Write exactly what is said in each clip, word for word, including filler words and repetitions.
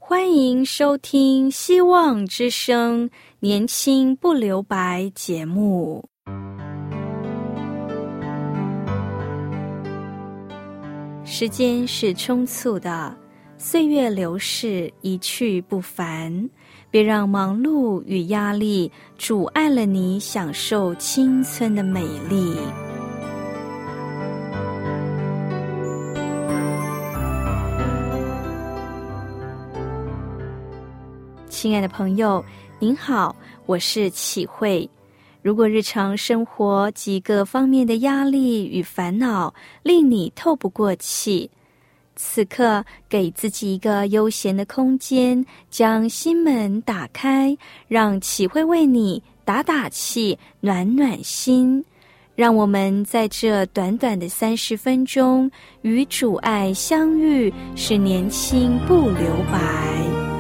欢迎收听希望之声年轻不留白节目。时间是匆促的，岁月流逝，一去不返，别让忙碌与压力阻碍了你享受青春的美丽。亲爱的朋友，您好，我是启慧。如果日常生活几个方面的压力与烦恼令你透不过气，此刻给自己一个悠闲的空间，将心门打开，让启慧为你打打气，暖暖心。让我们在这短短的三十分钟与主爱相遇，使年轻不留白。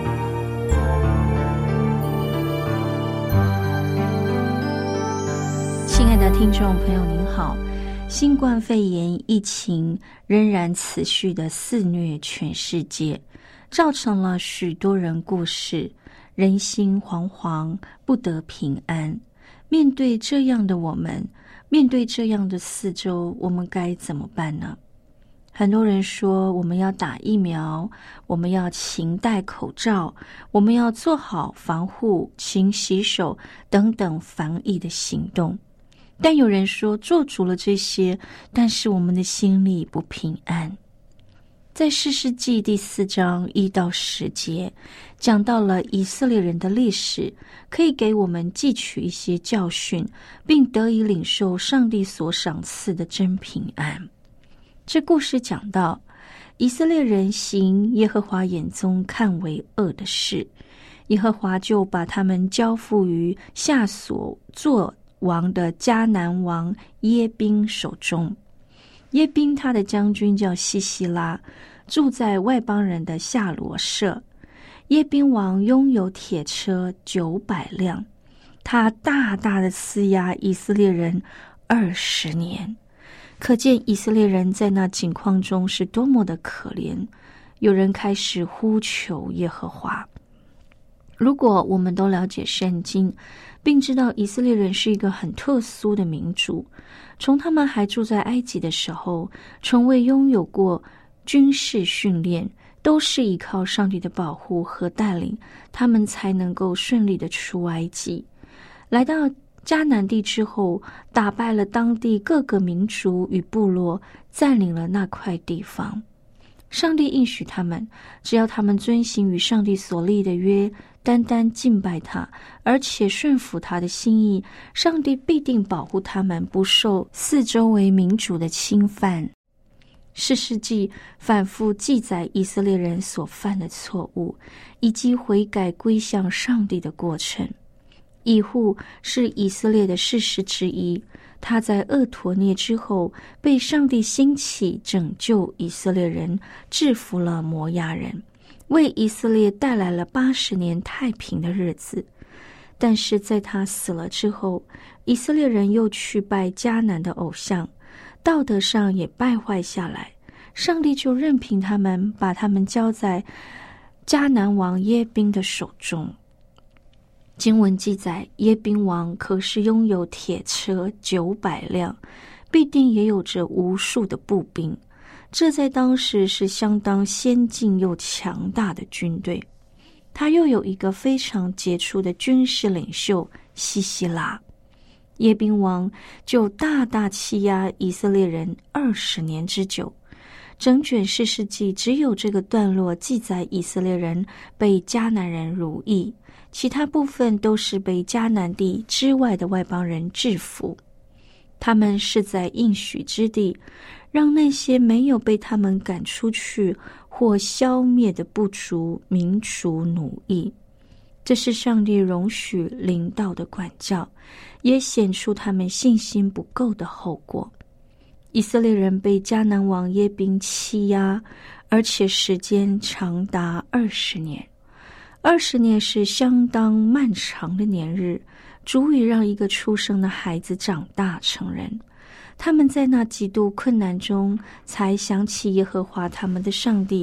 亲爱的听众朋友您好，新冠肺炎疫情仍然持续的肆虐全世界，造成了许多人过世，人心惶惶，不得平安。面对这样的我们，面对这样的四周，我们该怎么办呢？很多人说我们要打疫苗，我们要勤戴口罩，我们要做好防护、勤洗手等等防疫的行动。但有人说做足了这些，但是我们的心里不平安。在士师记第四章一到十节，讲到了以色列人的历史，可以给我们汲取一些教训，并得以领受上帝所赏赐的真平安。这故事讲到，以色列人行耶和华眼中看为恶的事，耶和华就把他们交付于下所做王的迦南王耶宾手中。耶宾他的将军叫西西拉，住在外邦人的夏罗舍。耶宾王拥有铁车九百辆，他大大的施压以色列人二十年，可见以色列人在那境况中是多么的可怜。有人开始呼求耶和华。如果我们都了解圣经，并知道以色列人是一个很特殊的民族，从他们还住在埃及的时候，从未拥有过军事训练，都是依靠上帝的保护和带领，他们才能够顺利的出埃及。来到迦南地之后，打败了当地各个民族与部落，占领了那块地方。上帝应许他们，只要他们遵行与上帝所立的约，单单敬拜他，而且顺服他的心意，上帝必定保护他们不受四周围民族的侵犯。士师记反复记载以色列人所犯的错误，以及悔改归向上帝的过程。以户是以色列的士师之一，他在厄陀涅之后被上帝兴起拯救以色列人，制服了摩押人，为以色列带来了八十年太平的日子。但是在他死了之后，以色列人又去拜迦南的偶像，道德上也败坏下来，上帝就任凭他们，把他们交在迦南王耶宾的手中。经文记载，耶宾王可是拥有铁车九百辆，必定也有着无数的步兵，这在当时是相当先进又强大的军队。他又有一个非常杰出的军事领袖西西拉，耶宾王就大大欺压以色列人二十年之久。整卷士师记只有这个段落记载以色列人被迦南人奴役，其他部分都是被迦南地之外的外邦人制服。他们是在应许之地，让那些没有被他们赶出去或消灭的不足民族奴役。这是上帝容许领导的管教，也显出他们信心不够的后果。以色列人被迦南王耶宾欺压，而且时间长达二十年。二十年是相当漫长的年日，足以让一个出生的孩子长大成人。他们在那极度困难中，才想起耶和华他们的上帝，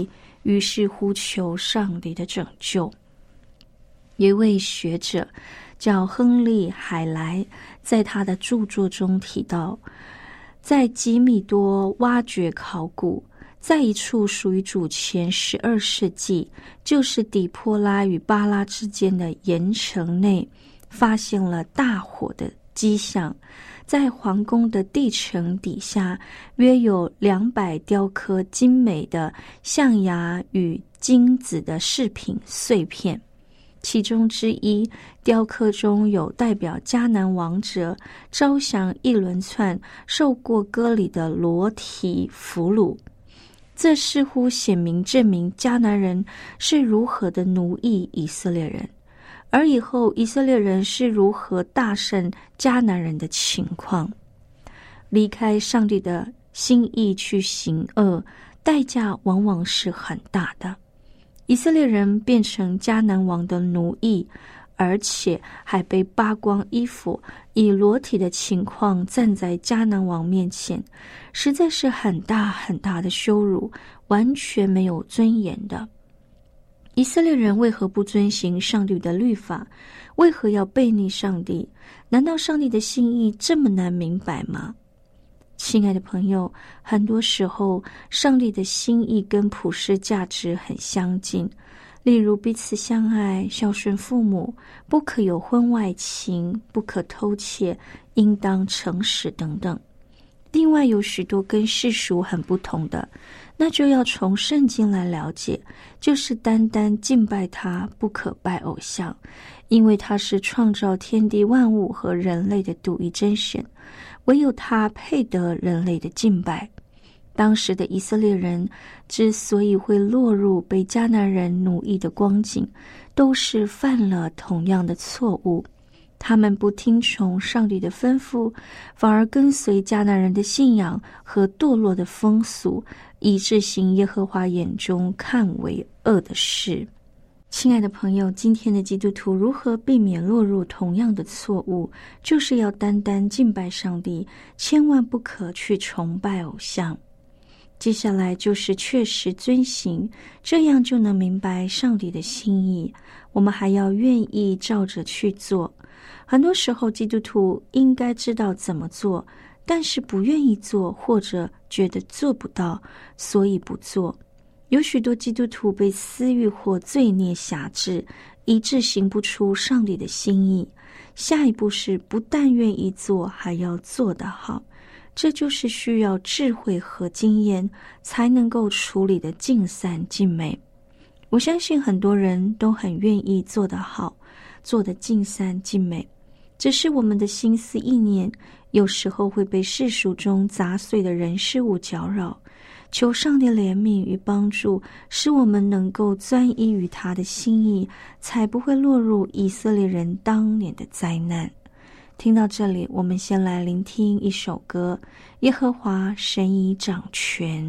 于是呼求上帝的拯救。有一位学者叫亨利·海莱，在他的著作中提到，在吉米多挖掘考古，在一处属于主前十二世纪，就是底波拉与巴拉之间的岩城内，发现了大火的迹象。在皇宫的地层底下，约有两百雕刻精美的象牙与金子的饰品碎片，其中之一雕刻中有代表迦南王者招降一轮窜受过割礼的裸体俘虏。这似乎显明证明迦南人是如何的奴役以色列人，而以后以色列人是如何大胜迦南人的情况。离开上帝的心意去行恶，代价往往是很大的。以色列人变成迦南王的奴役，而且还被扒光衣服，以裸体的情况站在迦南王面前，实在是很大很大的羞辱，完全没有尊严的。以色列人为何不遵行上帝的律法？为何要背逆上帝？难道上帝的心意这么难明白吗？亲爱的朋友，很多时候上帝的心意跟普世价值很相近，例如彼此相爱、孝顺父母、不可有婚外情、不可偷窃、应当诚实等等。另外有许多跟世俗很不同的，那就要从圣经来了解，就是单单敬拜他，不可拜偶像，因为他是创造天地万物和人类的独一真神，唯有他配得人类的敬拜。当时的以色列人之所以会落入被迦南人奴役的光景，都是犯了同样的错误。他们不听从上帝的吩咐，反而跟随迦南人的信仰和堕落的风俗，以致行耶和华眼中看为恶的事。亲爱的朋友，今天的基督徒如何避免落入同样的错误？就是要单单敬拜上帝，千万不可去崇拜偶像。接下来就是确实遵行，这样就能明白上帝的心意。我们还要愿意照着去做。很多时候基督徒应该知道怎么做，但是不愿意做，或者觉得做不到，所以不做。有许多基督徒被私欲或罪孽辖制，以致行不出上帝的心意。下一步是不但愿意做，还要做得好。这就是需要智慧和经验才能够处理的尽善尽美。我相信很多人都很愿意做得好，做得尽善尽美，只是我们的心思意念有时候会被世俗中杂碎的人事物搅扰。求上帝怜悯与帮助，使我们能够专一于他的心意，才不会落入以色列人当年的灾难。听到这里，我们先来聆听一首歌，耶和华神已掌权。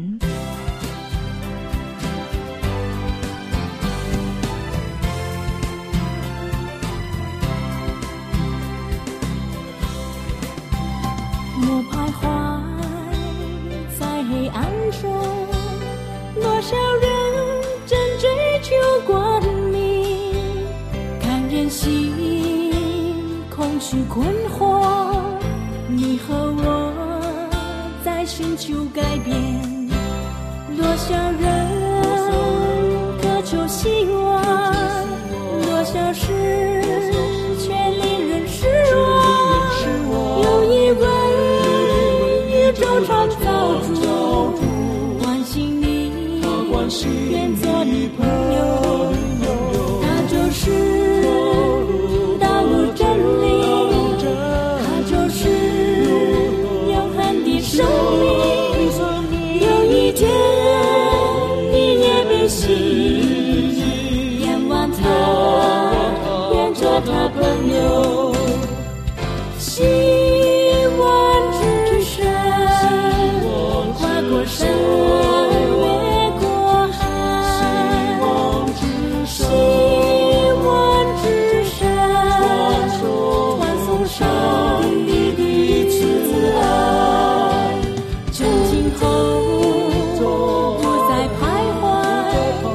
我徘徊在黑暗中，多少人正追求光明，看人心空虚困惑，你和我在寻求改变，多少人渴求希望，多少事却令人失望。有一位宇宙创造主关心你，愿做你朋友，他就是道路真理，他就是永恒的生命。有一天你也被吸引，愿望他，愿做他朋友。希望之声，跨过山越过海，希望之声，传送上帝的慈爱，从今后不再徘徊，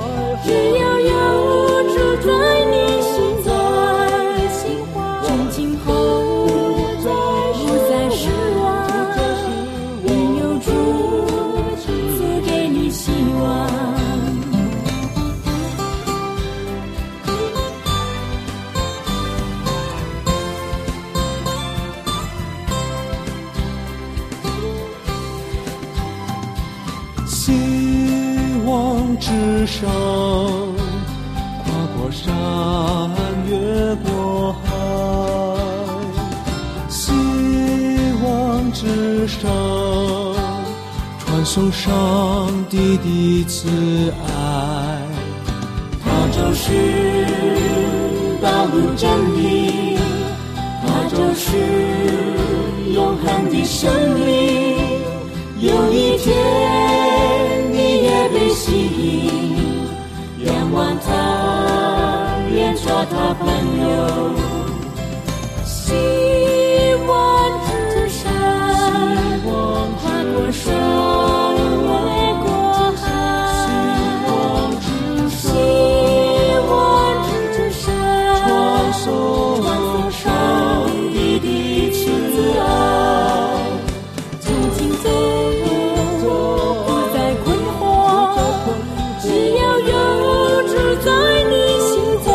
之上，跨过山，越过海，希望之上，传送上帝的慈爱。 它就是道路真理，它就是永恒的生命。有一天你也被吸引，仰望他，愿做他朋友。希望之上，跨过山，越过海，希望之上， 传送上帝的慈爱。 曾经走不再困惑，只要有主在你心怀，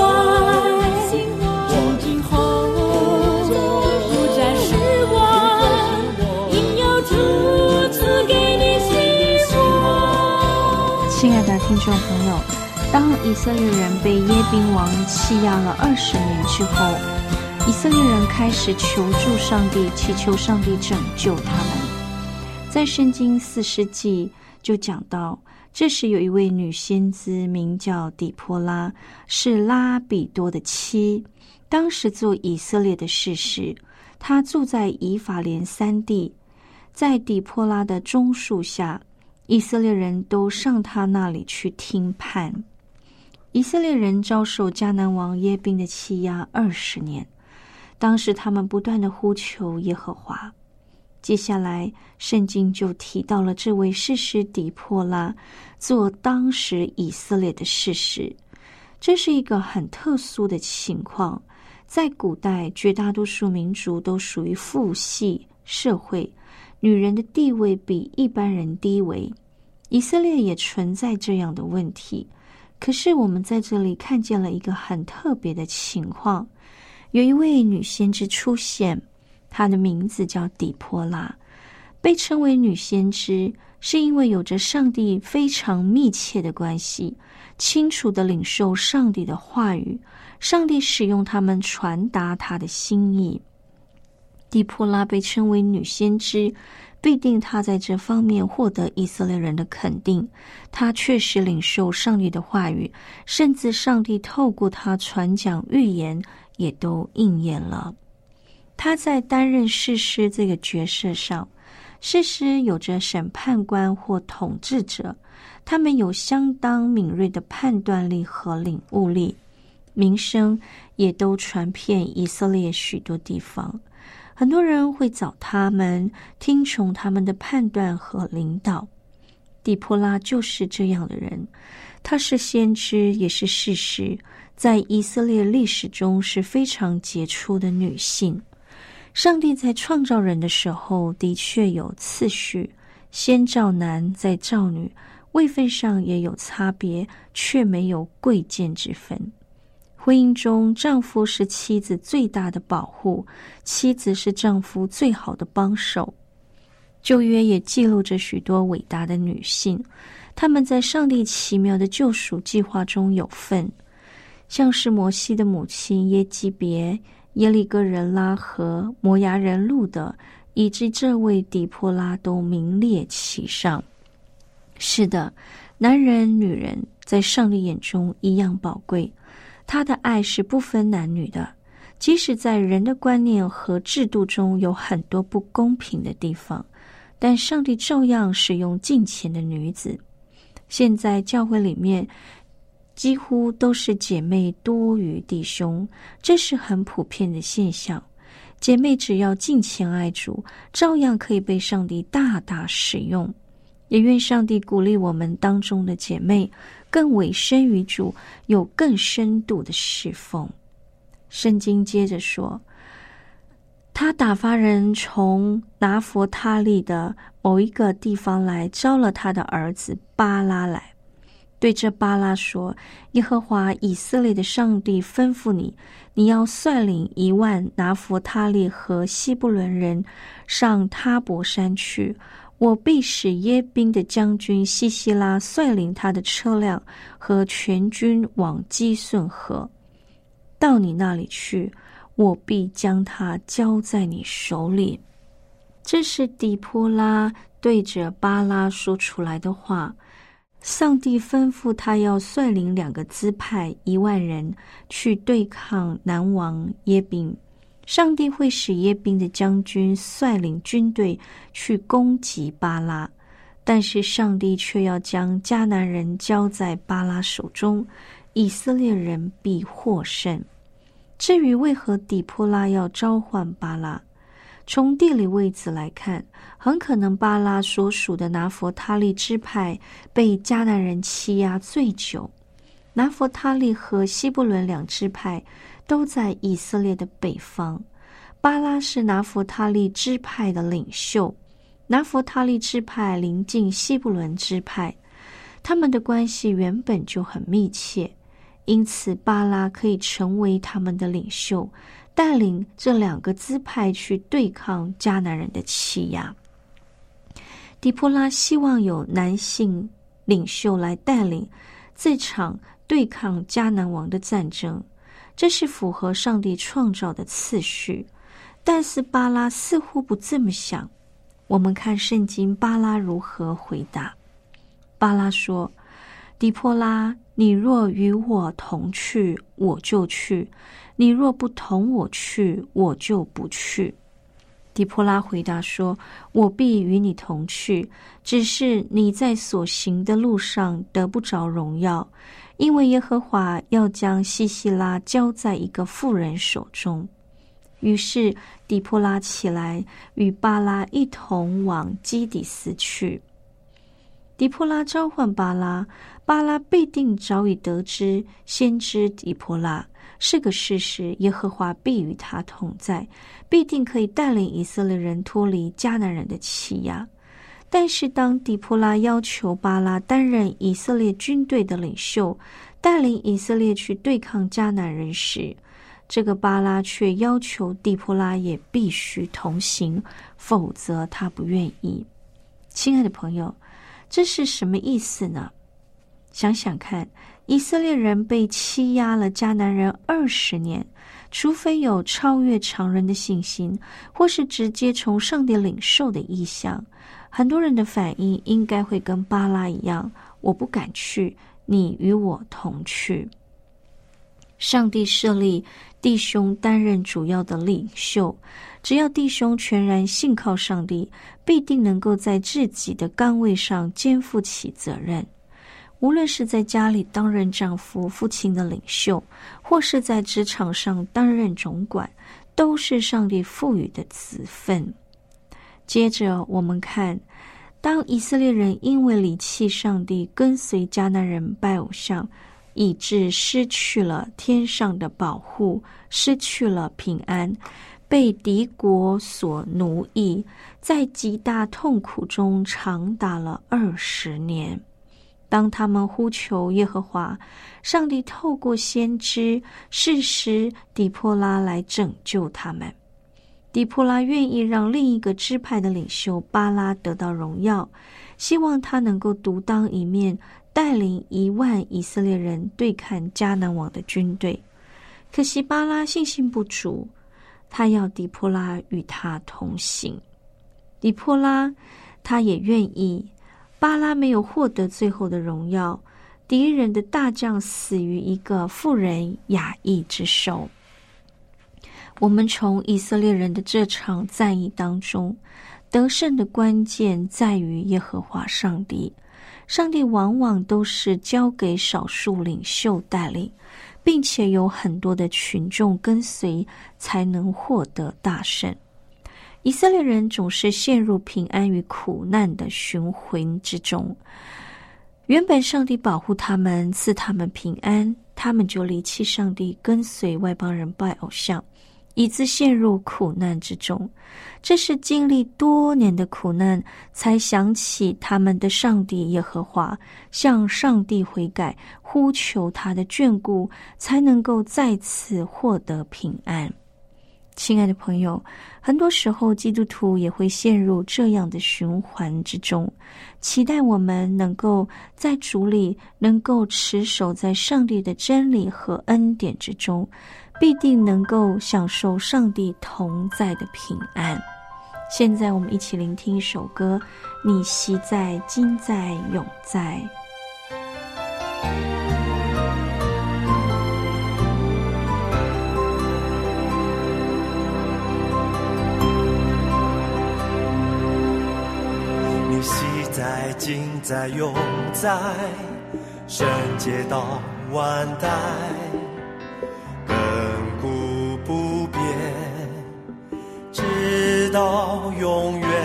从今后不再失望，因有主赐给你希望。 亲爱的听众朋友，当以色列人被耶宾王欺压了二十年之后，以色列人开始求助上帝，祈求上帝拯救他们。在圣经四世纪就讲到，这时有一位女先知名叫底波拉，是拉比多的妻，当时做以色列的士师。她住在以法莲山地，在底波拉的棕树下，以色列人都上她那里去听判。以色列人遭受迦南王耶宾的欺压二十年，当时他们不断地呼求耶和华。接下来圣经就提到了这位士师底波拉做当时以色列的士师。这是一个很特殊的情况，在古代绝大多数民族都属于父系社会，女人的地位比一般人低微，以色列也存在这样的问题。可是我们在这里看见了一个很特别的情况，有一位女先知出现，她的名字叫底波拉。被称为女先知，是因为有着上帝非常密切的关系，清楚地领受上帝的话语，上帝使用他们传达他的心意。底波拉被称为女先知，必定她在这方面获得以色列人的肯定，她确实领受上帝的话语，甚至上帝透过她传讲预言也都应验了。她在担任士师这个角色上，士师有着审判官或统治者，他们有相当敏锐的判断力和领悟力，名声也都传遍以色列许多地方。很多人会找他们，听从他们的判断和领导。底波拉就是这样的人，她是先知，也是士师，在以色列历史中是非常杰出的女性。上帝在创造人的时候的确有次序，先造男再造女，位分上也有差别，却没有贵贱之分。婚姻中，丈夫是妻子最大的保护，妻子是丈夫最好的帮手。旧约也记录着许多伟大的女性，她们在上帝奇妙的救赎计划中有份，像是摩西的母亲耶基别、耶利哥人拉合、摩押人路德，以及这位底波拉都名列其上。是的，男人女人在上帝眼中一样宝贵，他的爱是不分男女的，即使在人的观念和制度中有很多不公平的地方，但上帝照样使用敬虔的女子。现在教会里面几乎都是姐妹多于弟兄，这是很普遍的现象。姐妹只要敬虔爱主，照样可以被上帝大大使用。也愿上帝鼓励我们当中的姐妹更委身于主，有更深度的侍奉。圣经接着说，他打发人从拿弗他利的某一个地方来，招了他的儿子巴拉来，对这巴拉说，耶和华以色列的上帝吩咐你，你要率领一万拿弗他利和西布伦人上他伯山去， 我必使耶宾的将军西西拉率领他的车辆和全军往基顺河，到你那里去，我必将他交在你手里。”这是底波拉对着巴拉说出来的话。上帝吩咐他要率领两个支派一万人去对抗南王耶宾。上帝会使耶宾的将军率领军队去攻击巴拉，但是上帝却要将迦南人交在巴拉手中，以色列人必获胜。至于为何底波拉要召唤巴拉，从地理位置来看，很可能巴拉所属的拿弗他利支派被迦南人欺压最久。拿弗他利和西布伦两支派都在以色列的北方。巴拉是拿弗他利支派的领袖，拿弗他利支派临近西布伦支派，他们的关系原本就很密切，因此巴拉可以成为他们的领袖，带领这两个支派去对抗迦南人的欺压。底波拉希望有男性领袖来带领这场对抗迦南王的战争，这是符合上帝创造的次序。但是巴拉似乎不这么想。我们看圣经巴拉如何回答。巴拉说：“底波拉，你若与我同去，我就去；你若不同我去，我就不去。”底波拉回答说：“我必与你同去，只是你在所行的路上得不着荣耀，因为耶和华要将西西拉交在一个妇人手中。”于是底波拉起来，与巴拉一同往基底斯去。底波拉召唤巴拉，巴拉必定早已得知先知底波拉是个事实，耶和华必与他同在，必定可以带领以色列人脱离迦南人的欺压。但是当底波拉要求巴拉担任以色列军队的领袖，带领以色列去对抗迦南人时，这个巴拉却要求底波拉也必须同行，否则他不愿意。亲爱的朋友，这是什么意思呢？想想看，以色列人被欺压了迦南人二十年，除非有超越常人的信心，或是直接从上帝领受的意向，很多人的反应应该会跟巴拉一样：我不敢去，你与我同去。上帝设立弟兄担任主要的领袖，只要弟兄全然信靠上帝，必定能够在自己的岗位上肩负起责任。无论是在家里担任丈夫、父亲的领袖，或是在职场上担任总管，都是上帝赋予的职分。接着我们看，当以色列人因为离弃上帝，跟随迦南人拜偶像，以致失去了天上的保护，失去了平安，被敌国所奴役，在极大痛苦中长达了二十年。当他们呼求耶和华，上帝透过先知士师底波拉来拯救他们。底波拉愿意让另一个支派的领袖巴拉得到荣耀，希望他能够独当一面，带领一万以色列人对抗迦南王的军队。可惜巴拉信心不足，他要底波拉与他同行。底波拉他也愿意，巴拉没有获得最后的荣耀，敌人的大将死于一个妇人亚裔之手。我们从以色列人的这场战役当中，得胜的关键在于耶和华上帝。上帝往往都是交给少数领袖带领，并且有很多的群众跟随，才能获得大胜。以色列人总是陷入平安与苦难的循环之中。原本上帝保护他们，赐他们平安，他们就离弃上帝，跟随外邦人拜偶像，以致陷入苦难之中。这是经历多年的苦难，才想起他们的上帝耶和华，向上帝悔改，呼求他的眷顾，才能够再次获得平安。 亲爱的朋友，很多时候基督徒也会陷入这样的循环之中，期待我们能够在主里能够持守在上帝的真理和恩典之中，必定能够享受上帝同在的平安。现在我们一起聆听一首歌，你昔在，今在，永在。 你昔在，今在，永在，圣洁到万代，亘古不变，直到永远。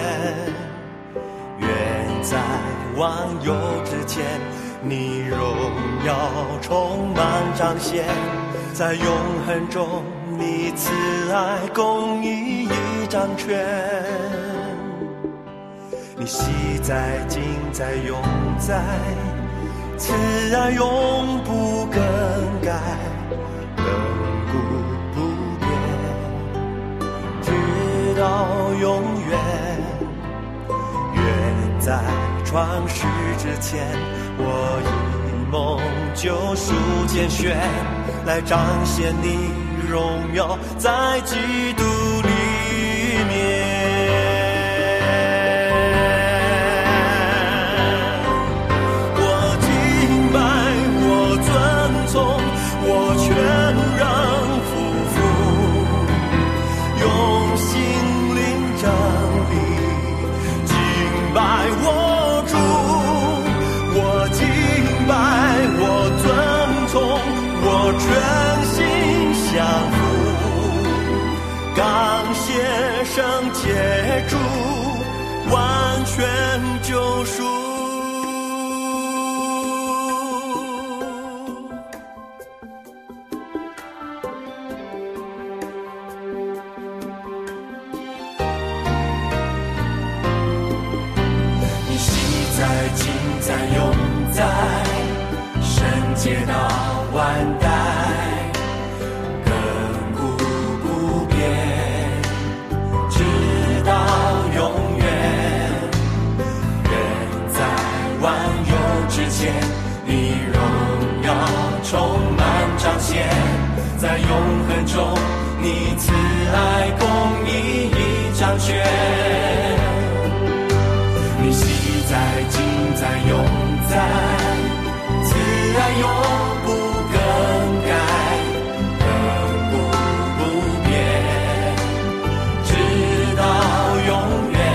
远在万有之前，你荣耀充满彰显，在永恒中你慈爱公义已掌权。你昔在，今在，永在，慈爱永不更改，亘古不变，直到永远。远在创世之前，我以梦救赎拣选，来彰显你荣耀在基督里面。我全然服服，用心灵真理敬拜我主，我敬拜，我尊崇，我全心降服，感谢圣洁主完全救赎。在永在，圣洁到万代，亘古不变，直到永远。远在万有之前，你荣耀充满彰显，在永恒中你慈爱公义已掌权。你昔在，今在，永在，慈爱永不更改，亘古不变，直到永远。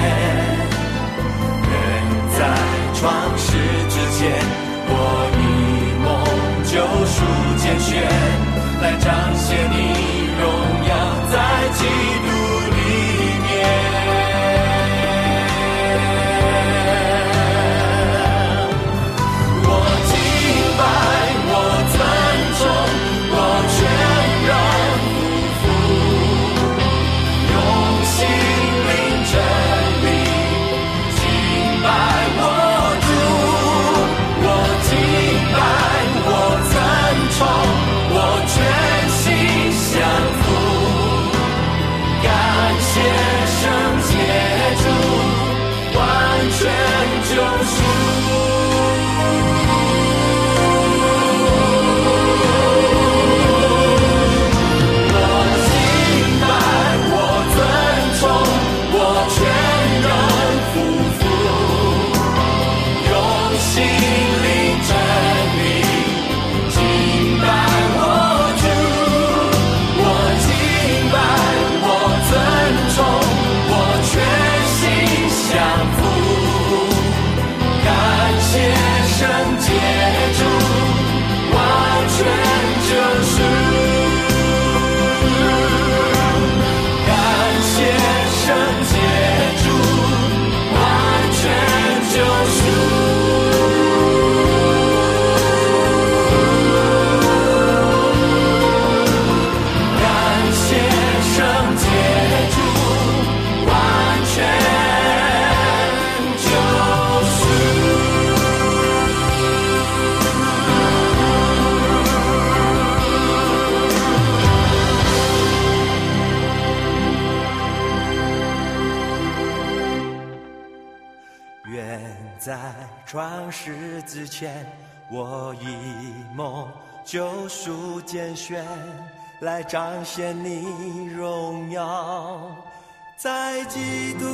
远在创世之前，我以梦救赎拣选，来彰显你荣耀在基督里面。 在创世之前，我以梦救赎拣选，来彰显你荣耀，在基督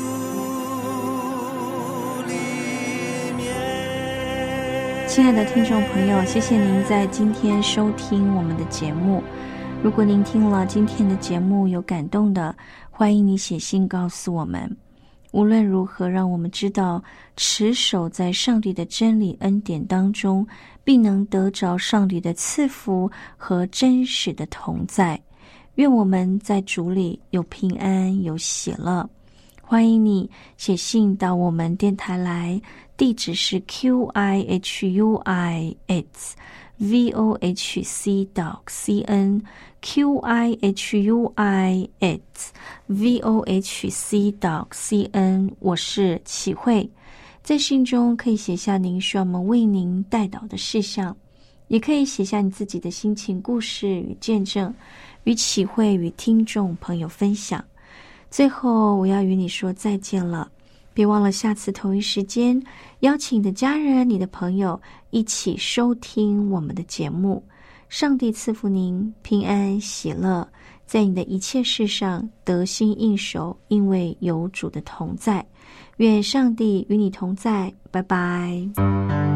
里面。 亲爱的听众朋友，谢谢您在今天收听我们的节目。如果您听了今天的节目有感动的，欢迎你写信告诉我们。无论如何，让我们知道持守在上帝的真理恩典当中，必能得着上帝的赐福和真实的同在。愿我们在主里有平安有喜乐。欢迎你写信到我们电台来，地址是 q i h u i h v o h c dot c n q i h u i h v o h c dot c n。 我是启慧。在信中可以写下您需要我们为您代祷的事项，也可以写下你自己的心情故事与见证，与启慧与听众朋友分享。最后我要与你说再见了，别忘了下次同一时间邀请你的家人你的朋友一起收听我们的节目。上帝赐福您平安喜乐，在你的一切事上得心应手，因为有主的同在。愿上帝与你同在，拜拜。